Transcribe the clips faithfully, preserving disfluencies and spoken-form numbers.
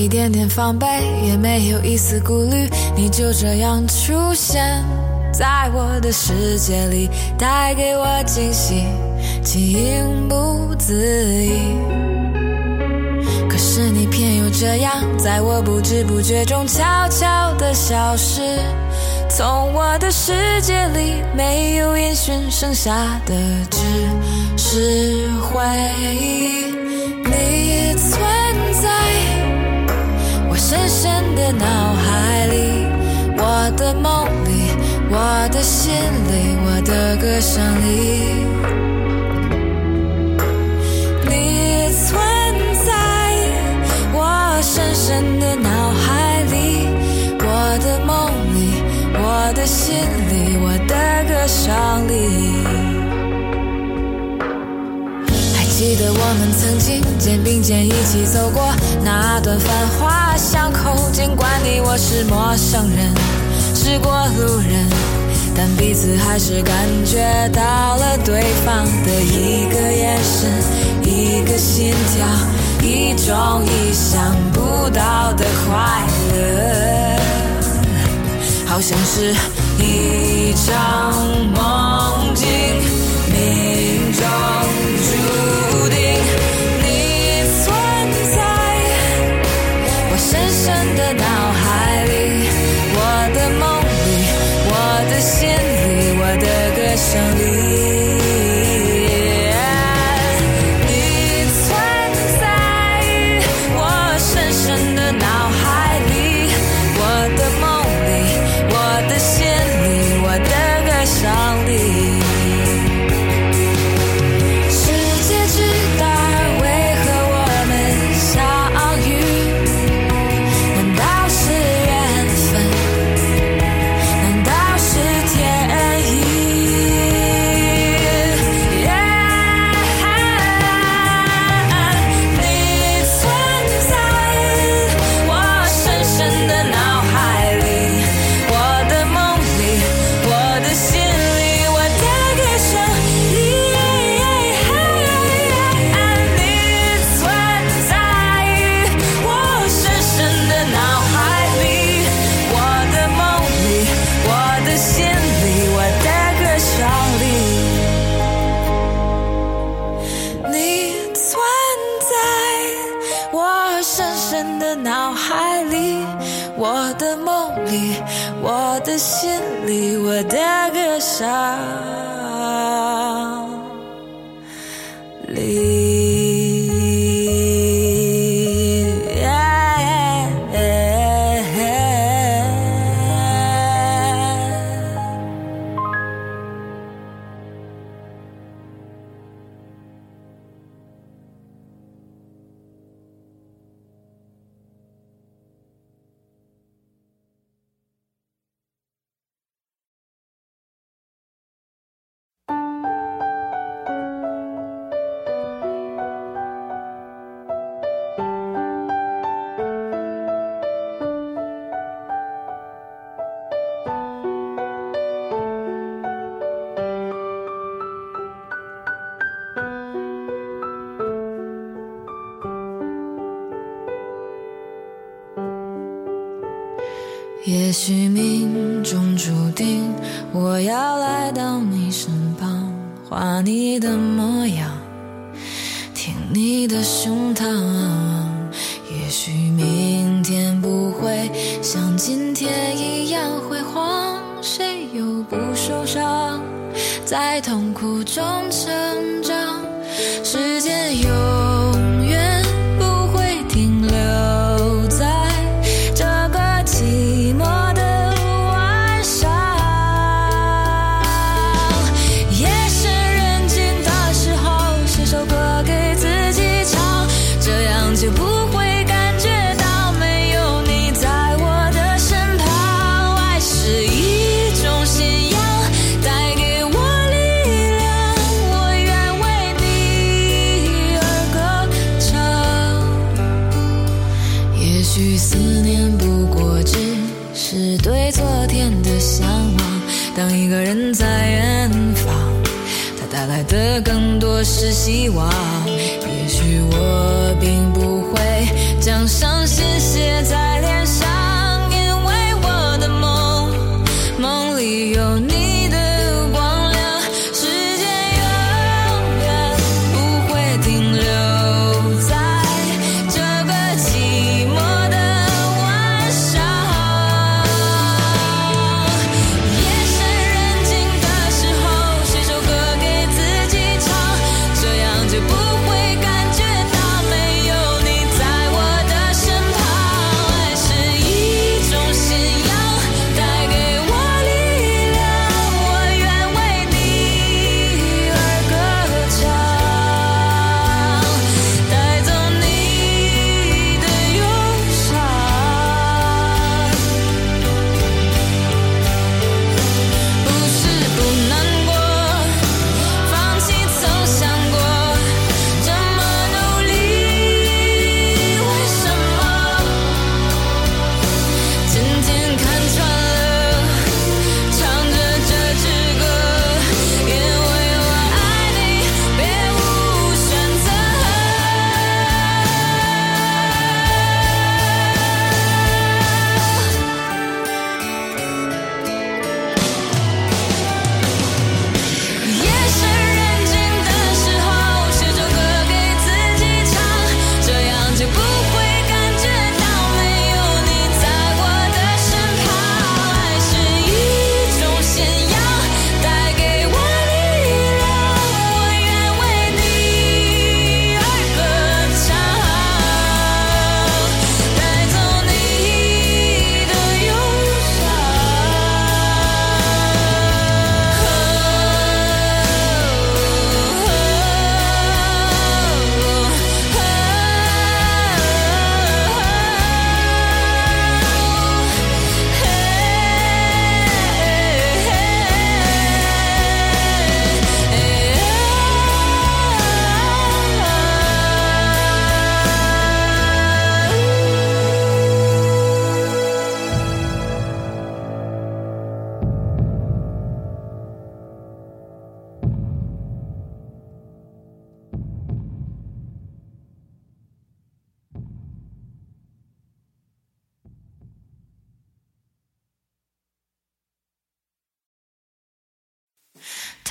一点点防备，也没有一丝顾虑，你就这样出现在我的世界里，带给我惊喜，情不自已。可是你偏又这样，在我不知不觉中悄悄地消失，从我的世界里没有音讯，剩下的只是回忆。你存在我深深的脑海里，我的梦里，我的心里，我的歌声里。你存在我深深的脑海里，我的梦里，我的心里，我的歌声里。记得我们曾经肩并肩一起走过那段繁华巷口，尽管你我是陌生人，是过路人，但彼此还是感觉到了对方的一个眼神，一个心跳，一种意想不到的快乐，好像是一场梦境，命中注定。你存在我深深的脑海里，我的梦里，我的心里，我的歌声里。你存在我深深的脑海里，我的梦里，我的心里，我的歌声里。我的心里，我的歌声里。也许命中注定我要来到你身旁，画你的模样，听你的胸膛。也许明天不会像今天一样辉煌，谁又不受伤，在痛苦中成长。时间永远不会停留在这个寂寞的晚上，夜深人静的时候写首歌给自己唱，这样就不会感觉到没有你在我的身旁。爱是一种信仰，带给我力量，我愿为你而歌唱。也许思念不过只是对昨天的向往，当一个人在远方，它带来的更多是希望。也许我并不会将伤心写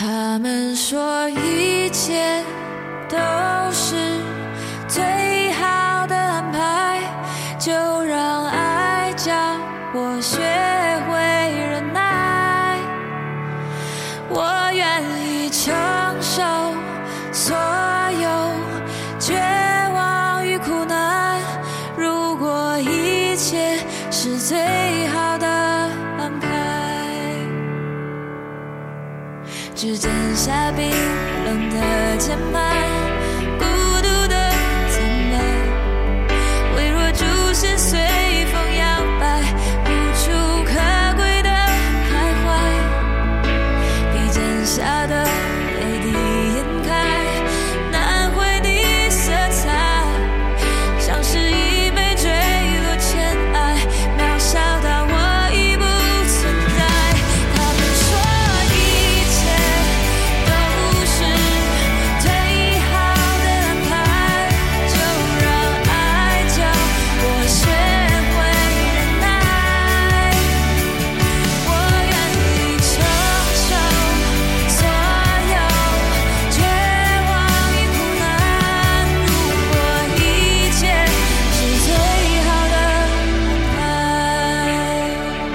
他们说一切都是最好的安排，就让爱教我学会忍耐。我愿意承受所有绝望与苦难，如果一切是最好的安排，指尖下冰冷的键盘，孤独的存在，微弱主线随风摇摆，无处可归的徘徊，笔尖下的泪滴掩盖难回的色彩，像是一杯坠落尘埃，渺小到我已不存在。他们说一切都是最好的安排，就让爱教我学会忍耐。我愿意承受所有绝望与苦难，如果一切是最好的安排。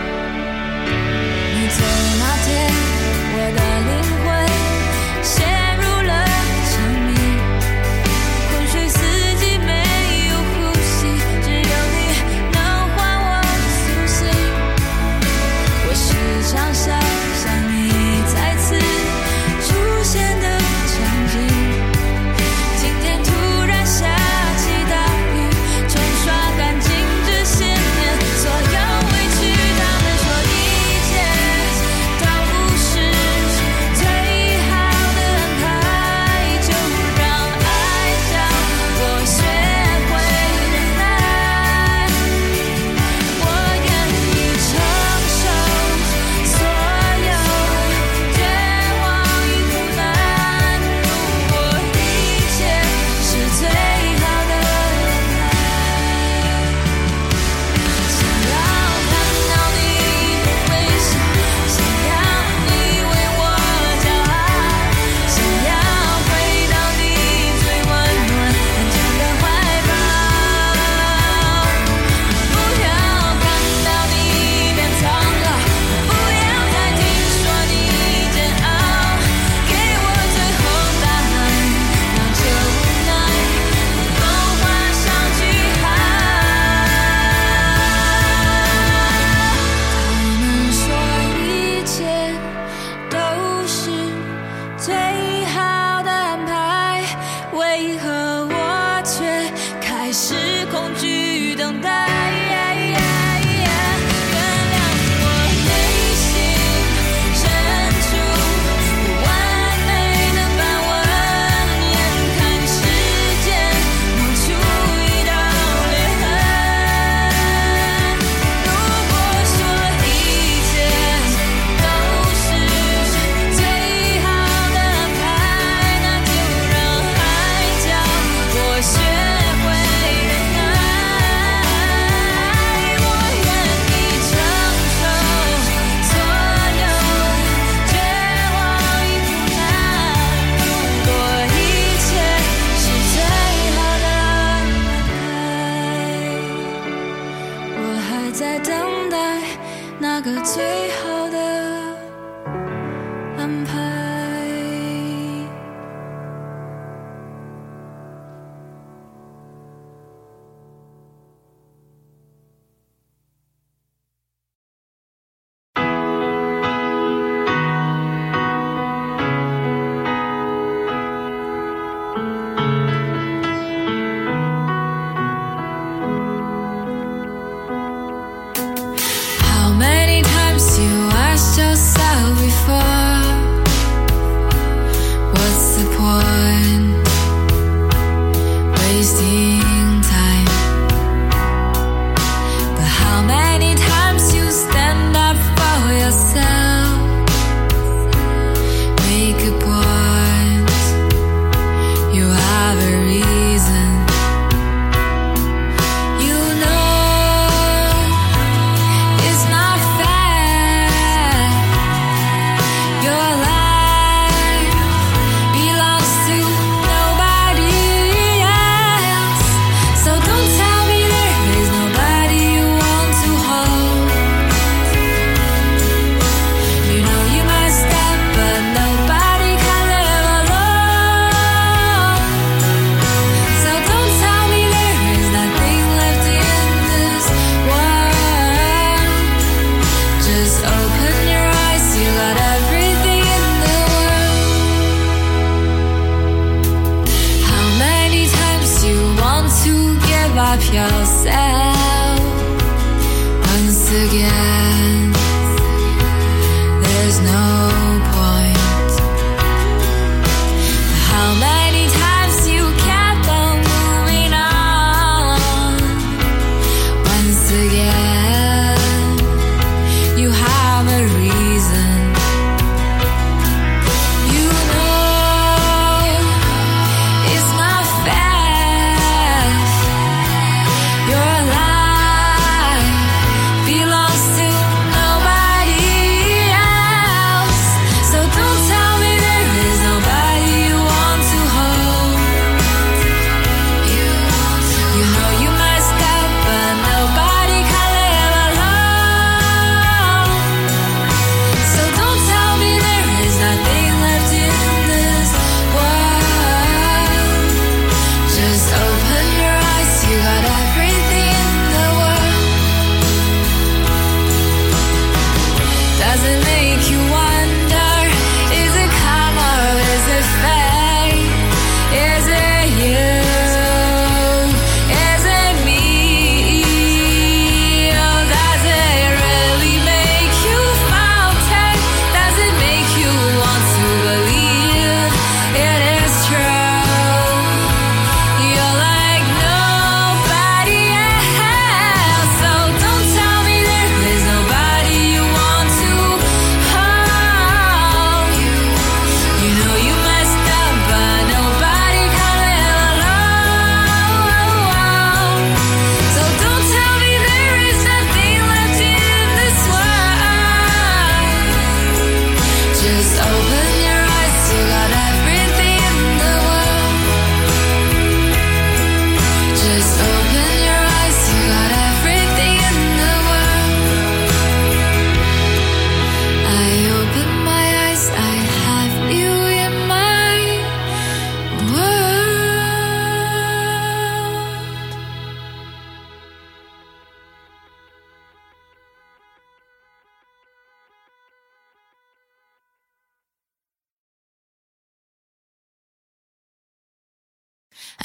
你走那天，我的灵魂陷入了沉迷，昏睡四季没有呼吸，只有你能唤我苏醒。我时常想象你再次出现的场景，今天突然下起大雨，冲刷干净这些年所有委屈。他们说一切都不是最好的安排，就让爱教我学会忍耐。我愿意承受所有绝望与苦难，如果一切是最好的安排。想要看到你的微笑，想要你为我骄傲，想要回到你最温暖安全的怀抱。不要看到你变苍老，不要再听说你煎熬，给我最后答案，让这无奈能画上句号。他们说一切都是最好的安排，为何我却开始恐惧等待？原谅我内心深处不完美的斑纹，眼看时间磨出一道裂痕。如果说一切都是最好的安排，那就让爱教我学会忍耐。我愿意承受所有绝望与苦难，如果一切是最好的安排，我还在等待那个最好的安排。How many times you asked yourself before, what's the point wasting time? But how many times you stand up for yourself, make a point, you have a reason. You know it's not fair.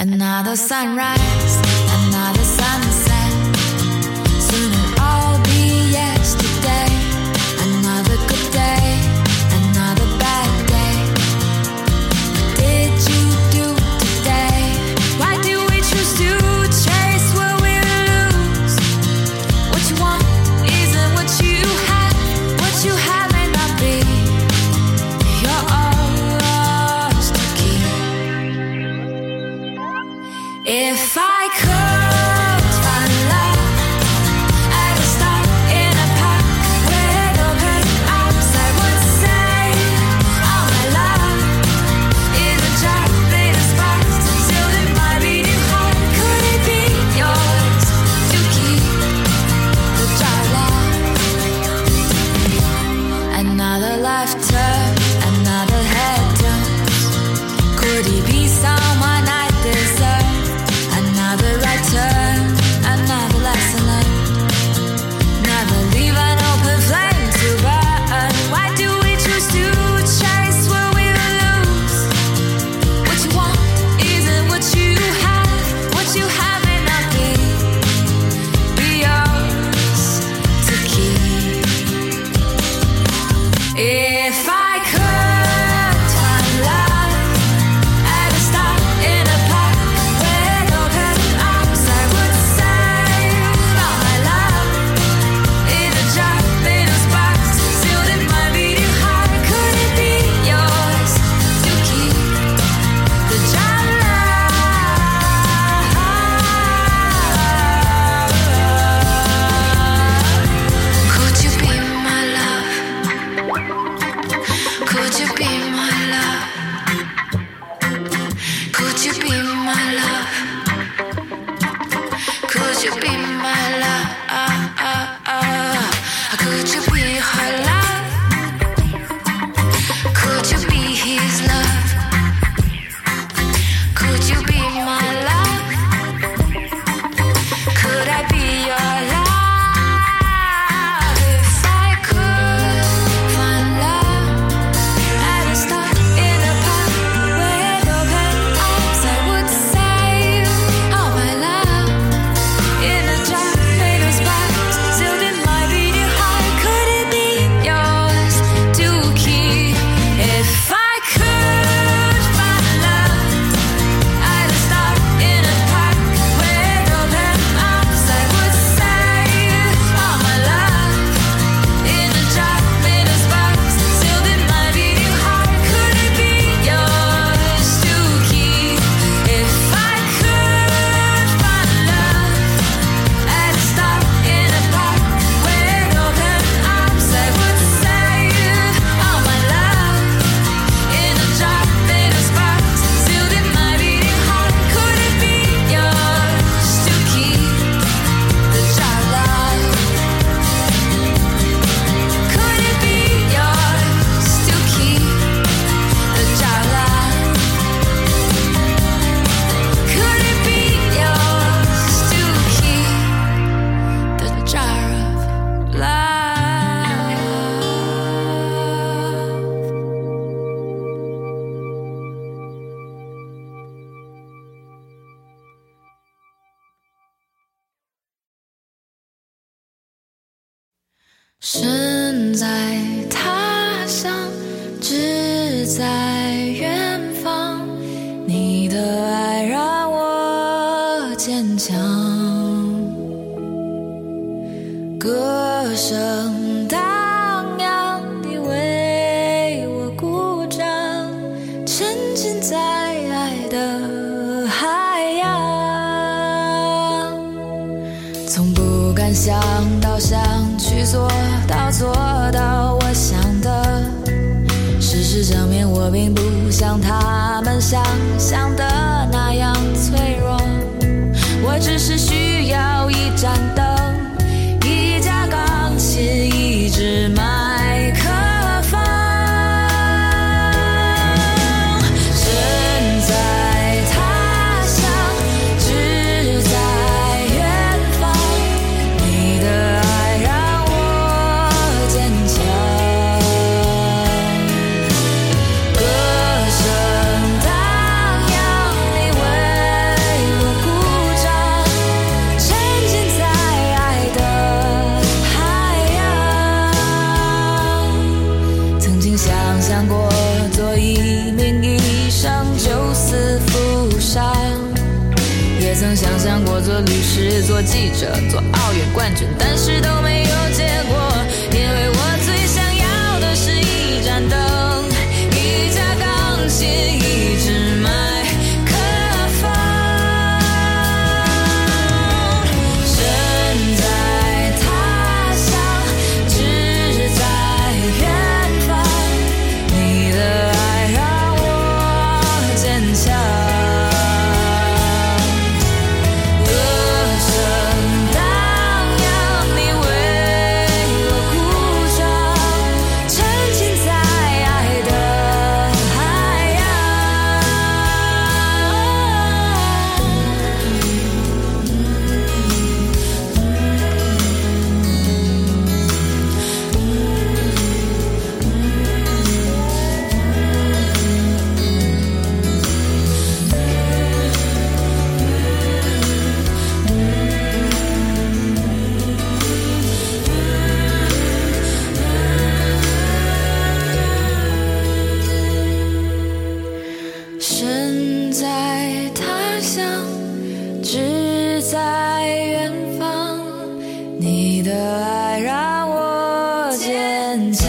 Another sunrise, another sunset. Soon it'll all be yesterday. Another good day, another bad day. What did you do today? Why do we choose to chase what we lose? What you want isn't what you have. What you have may not be yours to keep. If I could find love at a start in a park with open arms, I would say all my love is a jar made of sparks sealed in my beating heart. Could it be yours to keep the jar of love? Another life turn, another head turns. Could he be someone I deserve? Another right turn, another lesson learned. Never leave an open flame to burn. Why do we choose to chase what we lose? What you want isn't what you have. What you have may not be be yours to keep. If I could find love at a start in a park with open arms, I would save all my love in a jar made of sparks sealed in my beating heart. Could it be yours to keep the jar of love? Could you be my love? Could you be my love? Could you be my love? Could you be my love? Could you be her love? Could you be his love? Could you be my love? Could I be your love? If I could find love at a start in a park with open arms, I would save all my love in a jar made of sparks sealed in my beating heart. Could it be yours to keep? If I could find love at a start in a park with open arms, I would save all my love in a jar made of sparks sealed in my beating heart. Could it be yours to keep? If I could find love at a start in a park with open arms, I would save all my love in a jar made of sparks sealed in my beating heart. Could it be yours to keep the jar of love? Could it be yours to keep the jar of love? Could it be yours to keep the jar of love?身在他乡，志在远方，你的爱让我坚强。歌声荡漾，你为我鼓掌，沉浸在爱的海洋。从不敢想到想去做到做到我想的，事实证明我并不像他们想象的那样脆弱。我只是需要一盏灯，一架钢琴，一支麦克风。身在他乡，志在远方，你的爱让我坚强。歌声荡漾，你为记者，做奥运冠军，但是都没有结果，因为我最想要的是一盏灯，一架钢琴，一支麦克风。身在他乡，志在远方，你的爱让我坚强。身在他乡，志在远方，你的爱让我坚强。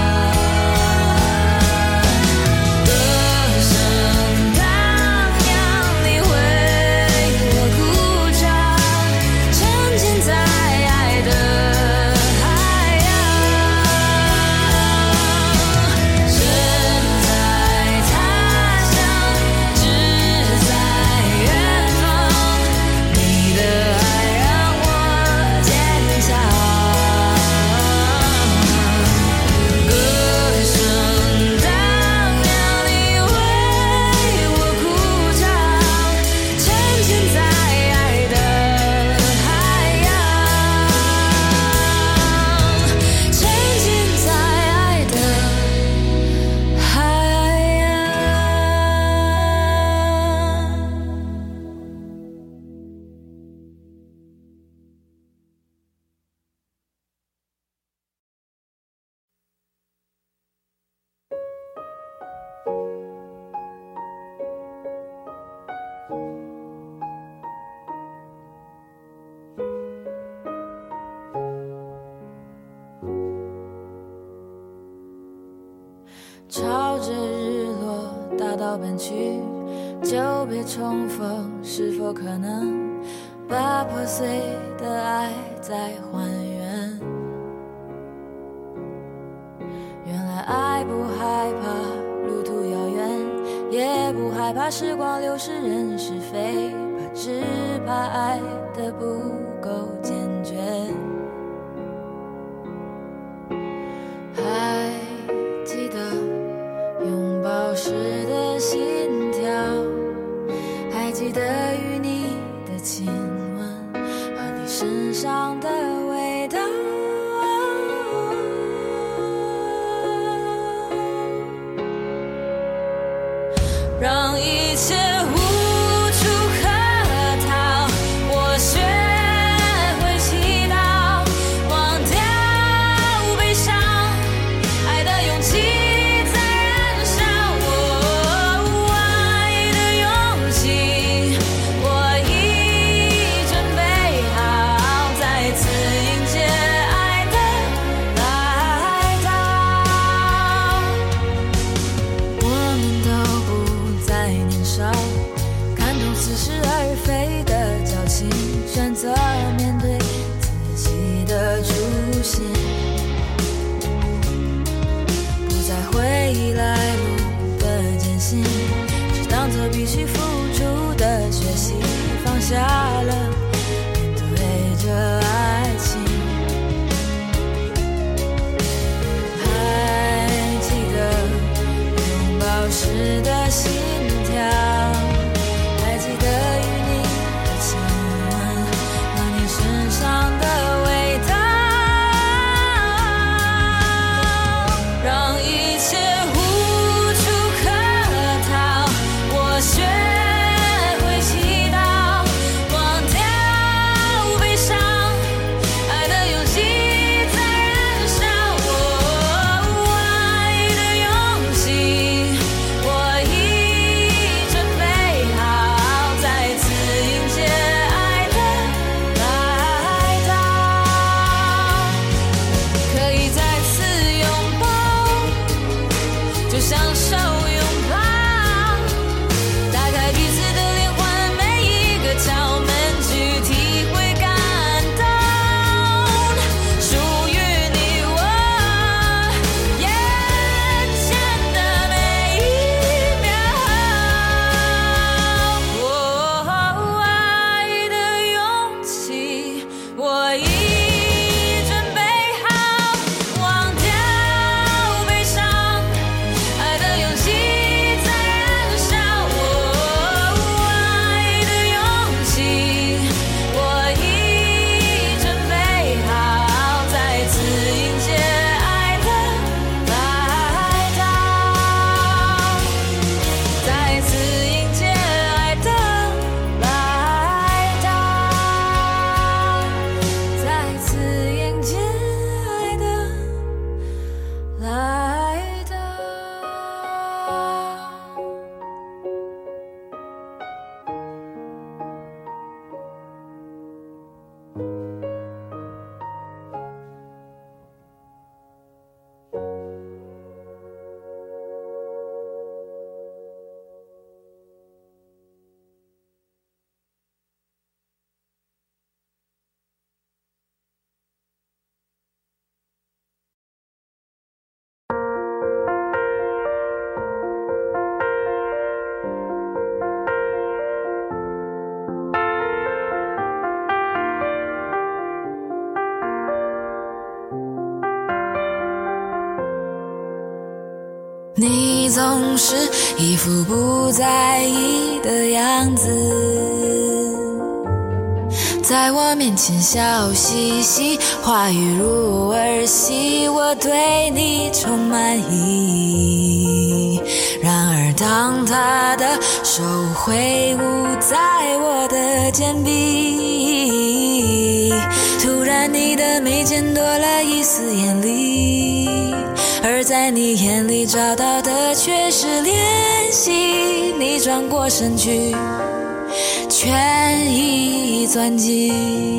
歌声荡漾，你为我鼓掌，沉浸在爱的海洋。身在他乡，志在远方，你的爱让我坚强。歌声荡漾，你为我鼓掌，沉浸在爱的海洋，沉浸在爱的海洋。朝着日落大道奔去，久别重逢，是否可能把破碎的爱再还原？原来爱不害怕路途遥远，也不害怕时光流逝人是非，怕只怕爱的不够坚决。还记得拥抱时的心跳，还记得与你的亲吻和你身上的味道，让一切无处可逃，我学会你总是一副不在意的样子，在我面前笑嘻嘻，话语如儿戏，我对你充满疑义。然而当他的手挥舞在我的肩臂，突然你的眉间多了一丝艳丽，而在你眼里找到的却是怜惜。你转过身去，权宜钻进，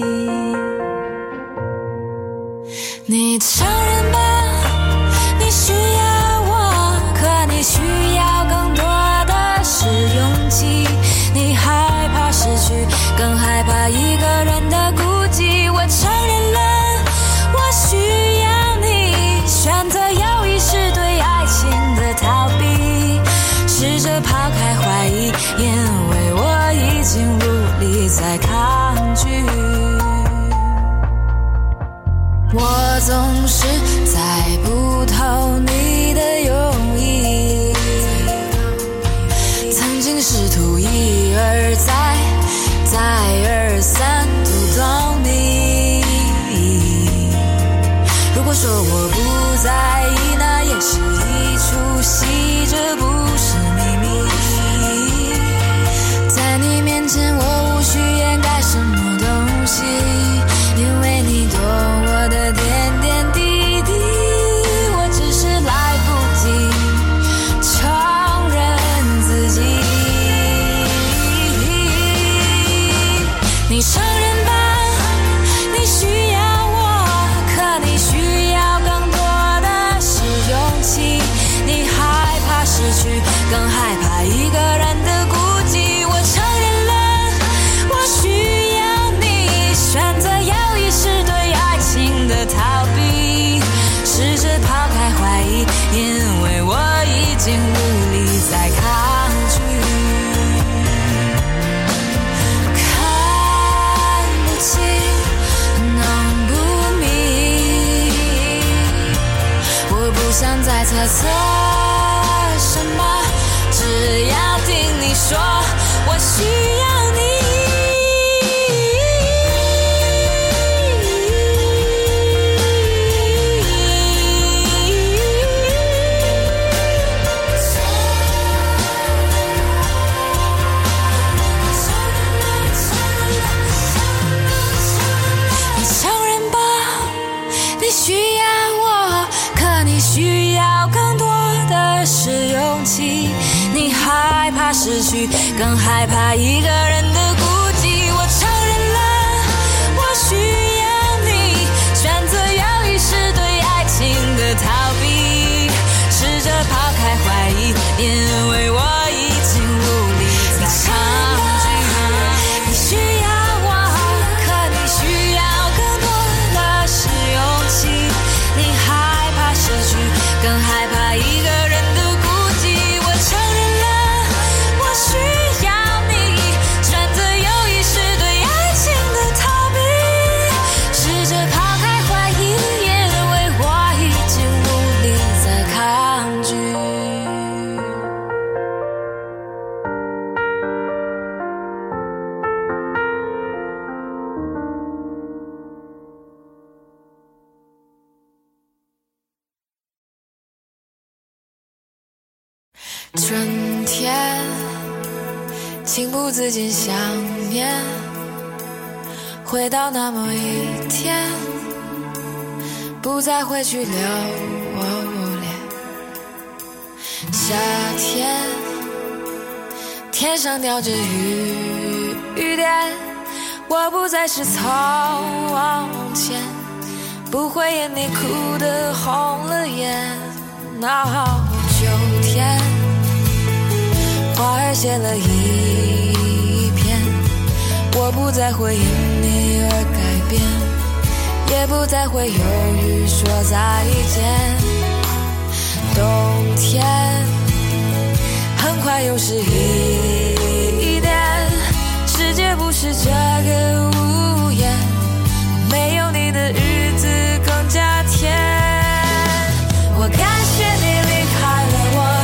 你承认吧，你需要我，可你需要更多的是勇气。你害怕失去，更害怕一个人的孤寂。我承认了，我需要你，选择犹豫是对爱情的逃避，试着抛开怀疑，因为我已经无力再抗拒。我总是猜不透你的用意，曾经试图一而再再而三读懂你。如果说我不在意，那也是一出戏，这不是秘密。在你面前我无需掩盖什么东西，因为你懂我的点点滴滴，我只是来不及承认自己。你承认吧，你需要我，可你需要更多的是勇气。你害怕失去，更害怕一个人的孤寂。我承认了，我需要你，选择犹豫是对爱情的逃避，试着抛开怀疑，因为我已经无力再抗拒。看不清，弄不明，我不想再猜测什么，只要听你说我需要你。你承认吧，你需要我，可你需要更多的是勇气。你害怕失去，更害怕一个人的孤寂。我承认了，我需要你，选择犹豫是对爱情的逃避，试着抛开怀疑，因为我已经无力再抗拒。你需要我，可你需要更多的是勇气。你害怕失去，更害怕一个人的孤寂。我承认了，我需要你，选择犹豫是对爱情的逃避，试着抛开怀疑，因为我已经无力再抗拒。春天，情不自禁想念，回到那么一天，不再会去留恋。夏天，天上掉着雨雨点，我不再是从前，不会因你哭得红了眼。哦，秋天，花儿谢了一片，我不再会因你而改变，也不再会犹豫说再见。冬天很快又是一年，世界不是这个屋檐，没有你的日子更加甜。我感谢你离开了我，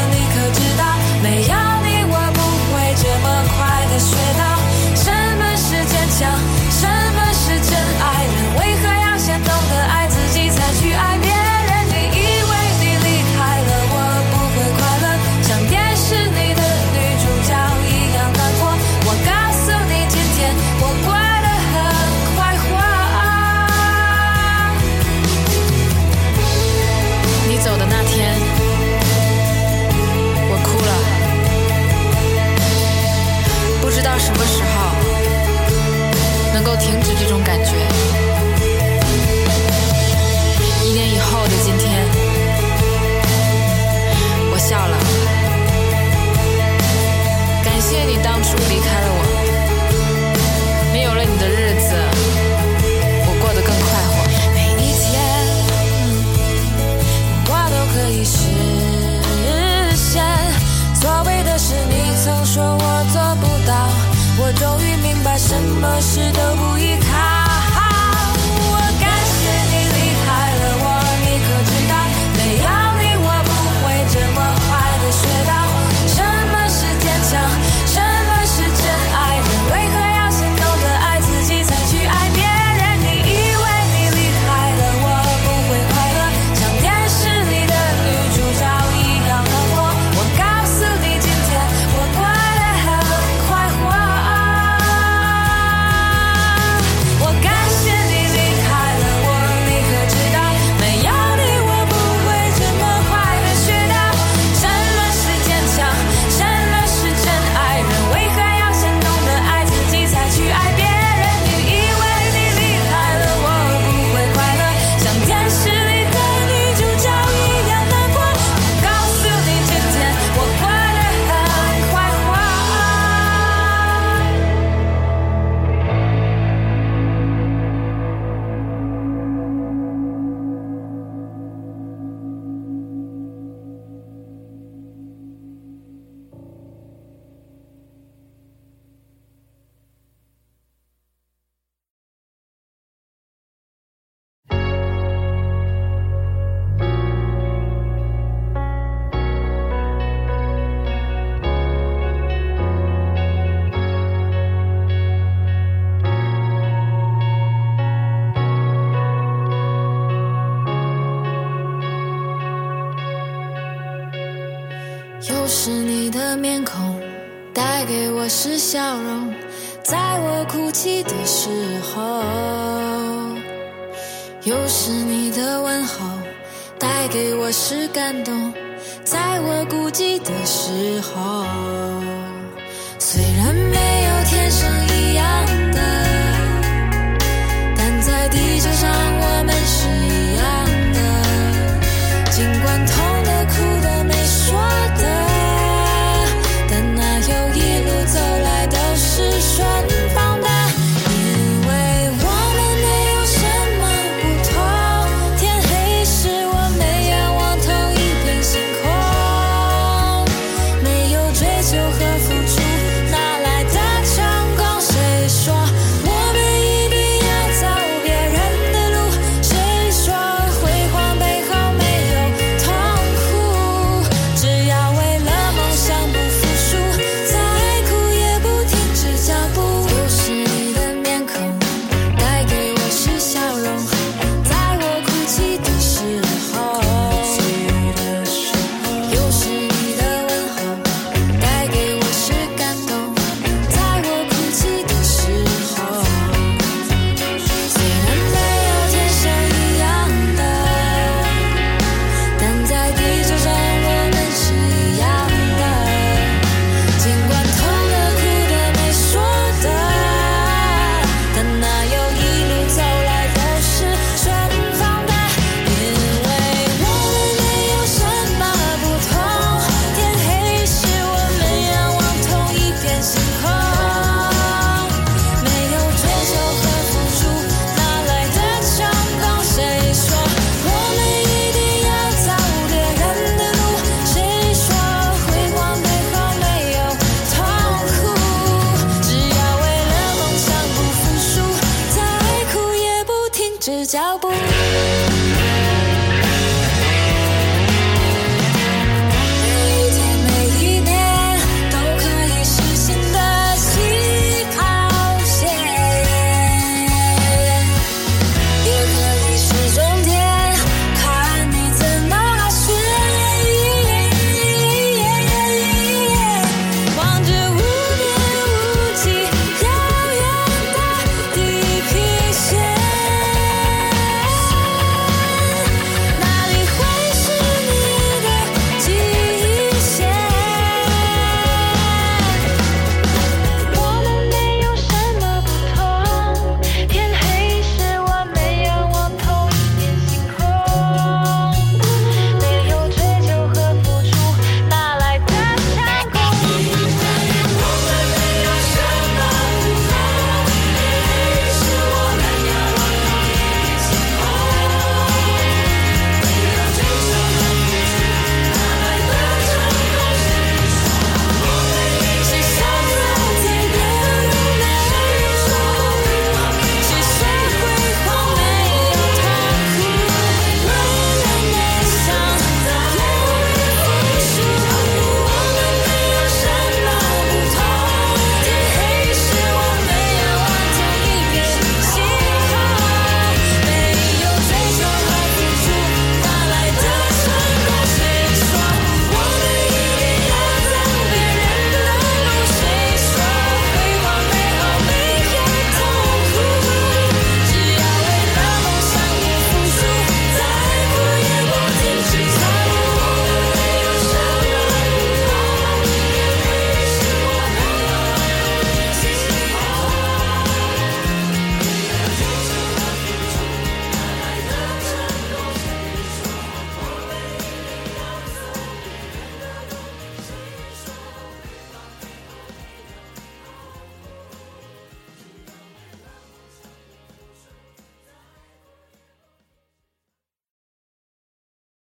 么事都不依靠。我感谢你离开了我，你可知道，没有你我不会这么快的学到什么是坚强，什么是真爱人，为何要先懂得爱自己才去爱别人。你以为你离开了我不会快乐，像电视里的女主角一样的我。我告诉你今天我过得很快活。我感谢你离开了我，你可知道，没有你我不会这么快的学到什么是坚强，什么是真爱人，为何要先懂得爱自己才去爱别人。你以为你离开了我不会快乐，像电视里的女主角一样难过。我告诉你今天我过得很快活。又是你的面孔，带给我是笑容，在我哭泣的时候。又是你的问候，带给我是感动，在我孤寂的时候。虽然没有天生